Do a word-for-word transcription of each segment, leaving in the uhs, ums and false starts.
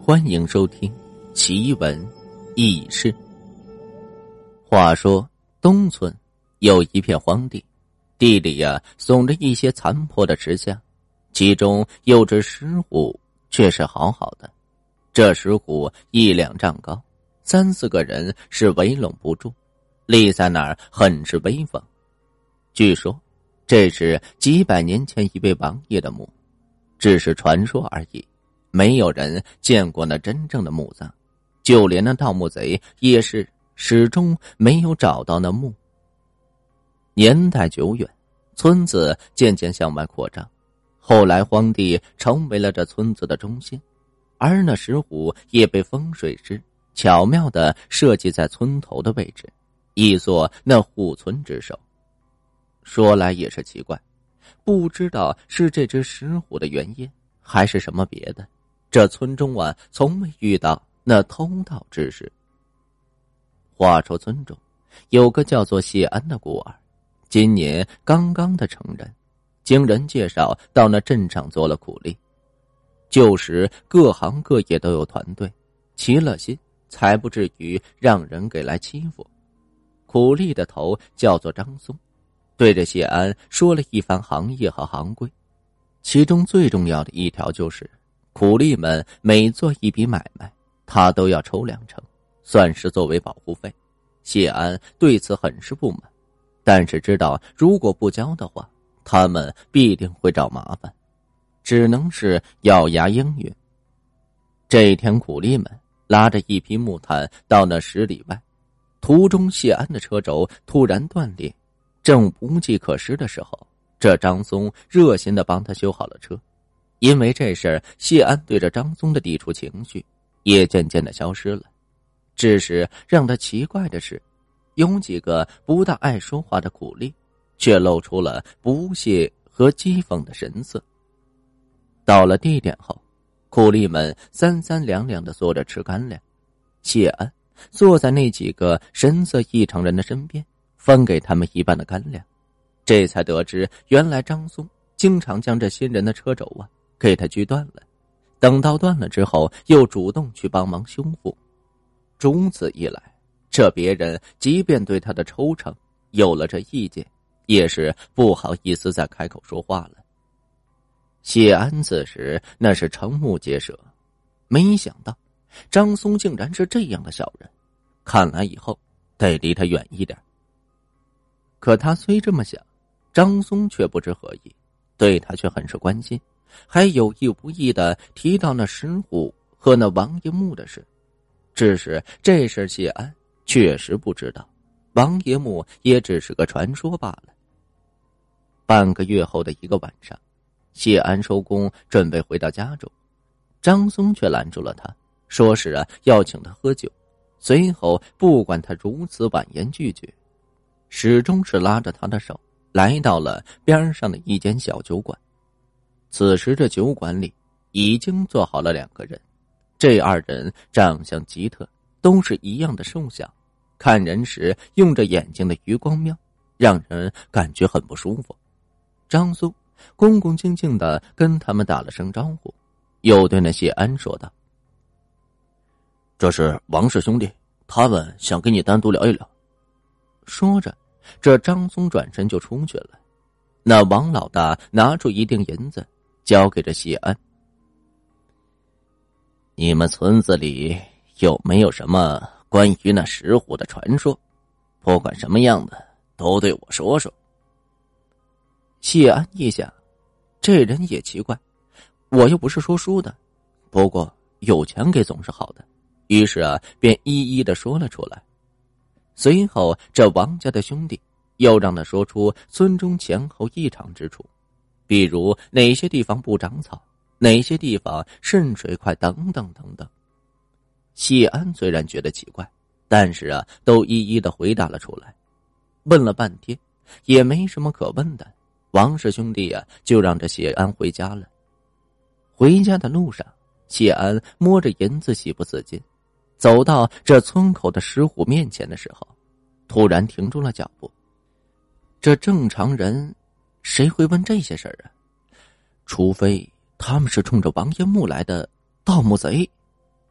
欢迎收听奇闻异事。话说东村有一片荒地，地里呀、啊、耸着一些残破的石像，其中有只石虎却是好好的。这石虎一两丈高，三四个人是围拢不住，立在那儿很是威风。据说这是几百年前一位王爷的墓，只是传说而已，没有人见过那真正的墓葬，就连那盗墓贼也是始终没有找到那墓。年代久远，村子渐渐向外扩张，后来荒地成为了这村子的中心，而那石虎也被风水师巧妙地设计在村头的位置，以作那护村之守。说来也是奇怪，不知道是这只石虎的原因还是什么别的，这村中啊从未遇到那偷盗之事。话说村中有个叫做谢安的孤儿，今年刚刚的成人，经人介绍到那镇上做了苦力。旧时各行各业都有团队，齐了心才不至于让人给来欺负。苦力的头叫做张松，对着谢安说了一番行业和行规，其中最重要的一条就是苦力们每做一笔买卖，他都要抽两成，算是作为保护费。谢安对此很是不满，但是知道如果不交的话，他们必定会找麻烦，只能是咬牙应允。这一天苦力们拉着一批木炭到那十里外，途中谢安的车轴突然断裂，正无计可施的时候，这张松热心地帮他修好了车。因为这事儿，谢安对着张松的抵触情绪也渐渐地消失了。只是让他奇怪的是，有几个不大爱说话的苦力却露出了不屑和讥讽的神色。到了地点后，苦力们三三两两地坐着吃干粮，谢安坐在那几个神色异常人的身边，分给他们一半的干粮。这才得知，原来张松经常将这新人的车轴啊给他锯断了，等到断了之后又主动去帮忙修复。如此一来，这别人即便对他的抽成有了这意见，也是不好意思再开口说话了。谢安此时那是瞠目结舌，没想到张松竟然是这样的小人，看来以后得离他远一点。可他虽这么想，张松却不知何意，对他却很是关心，还有意无意地提到那石虎和那王爷墓的事。只是这事谢安确实不知道，王爷墓也只是个传说罢了。半个月后的一个晚上，谢安收工准备回到家中，张松却拦住了他，说是啊要请他喝酒。随后不管他如此婉言拒绝，始终是拉着他的手来到了边上的一间小酒馆。此时这酒馆里已经坐好了两个人，这二人长相奇特，都是一样的瘦小，看人时用着眼睛的余光瞄，让人感觉很不舒服。张松恭恭敬敬地跟他们打了声招呼，又对那谢安说道：“这是王氏兄弟，他们想跟你单独聊一聊。”说着，这张松转身就出去了。那王老大拿出一锭银子交给这谢安：“你们村子里有没有什么关于那石虎的传说？不管什么样的都对我说说。”谢安一想，这人也奇怪，我又不是说书的，不过有钱给总是好的，于是啊便一一的说了出来。随后这王家的兄弟又让他说出村中前后异常之处，比如哪些地方不长草，哪些地方渗水快，等等等等。谢安虽然觉得奇怪，但是啊都一一的回答了出来。问了半天也没什么可问的，王氏兄弟啊就让这谢安回家了。回家的路上，谢安摸着银子喜不自禁，走到这村口的石虎面前的时候，突然停住了脚步。这正常人谁会问这些事儿啊？除非他们是冲着王爷墓来的盗墓贼。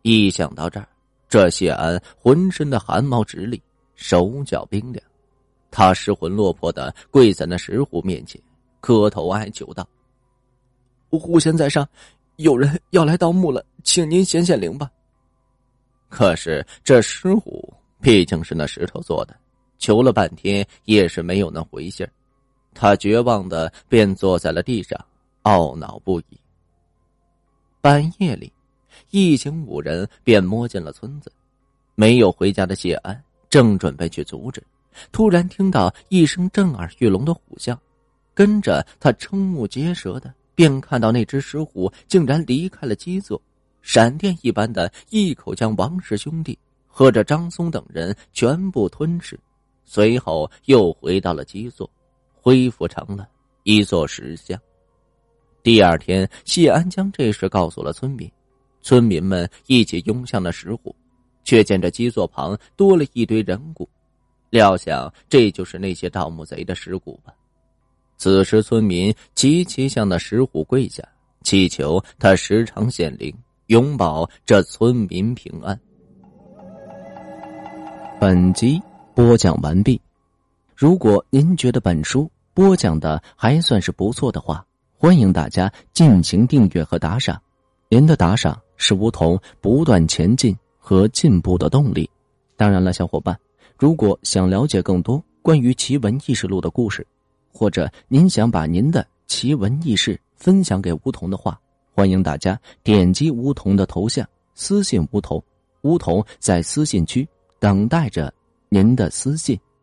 一想到这儿，这谢安浑身的汗毛直立，手脚冰凉。他失魂落魄的跪在那石虎面前，磕头哀求道：“狐仙在上，有人要来盗墓了，请您显显灵吧。”可是这石虎毕竟是那石头做的，求了半天也是没有那回信儿。他绝望的便坐在了地上，懊恼不已。半夜里，一行五人便摸进了村子。没有回家的谢安正准备去阻止，突然听到一声震耳欲聋的虎啸，跟着他瞠目结舌的便看到那只石虎竟然离开了基座，闪电一般的一口将王氏兄弟和着张松等人全部吞噬，随后又回到了基座，恢复成了一座石像。第二天，谢安将这事告诉了村民，村民们一起拥向了石虎，却见这基座旁多了一堆人骨，料想这就是那些盗墓贼的尸骨吧。此时村民齐齐向那石虎跪下，祈求他时常显灵，永保这村民平安。本集播讲完毕。如果您觉得本书播讲的还算是不错的话，欢迎大家进行订阅和打赏，您的打赏是梧桐不断前进和进步的动力。当然了，小伙伴，如果想了解更多关于奇闻异事录的故事，或者您想把您的奇闻异事分享给梧桐的话，欢迎大家点击梧桐的头像私信梧桐，梧桐在私信区等待着您的私信。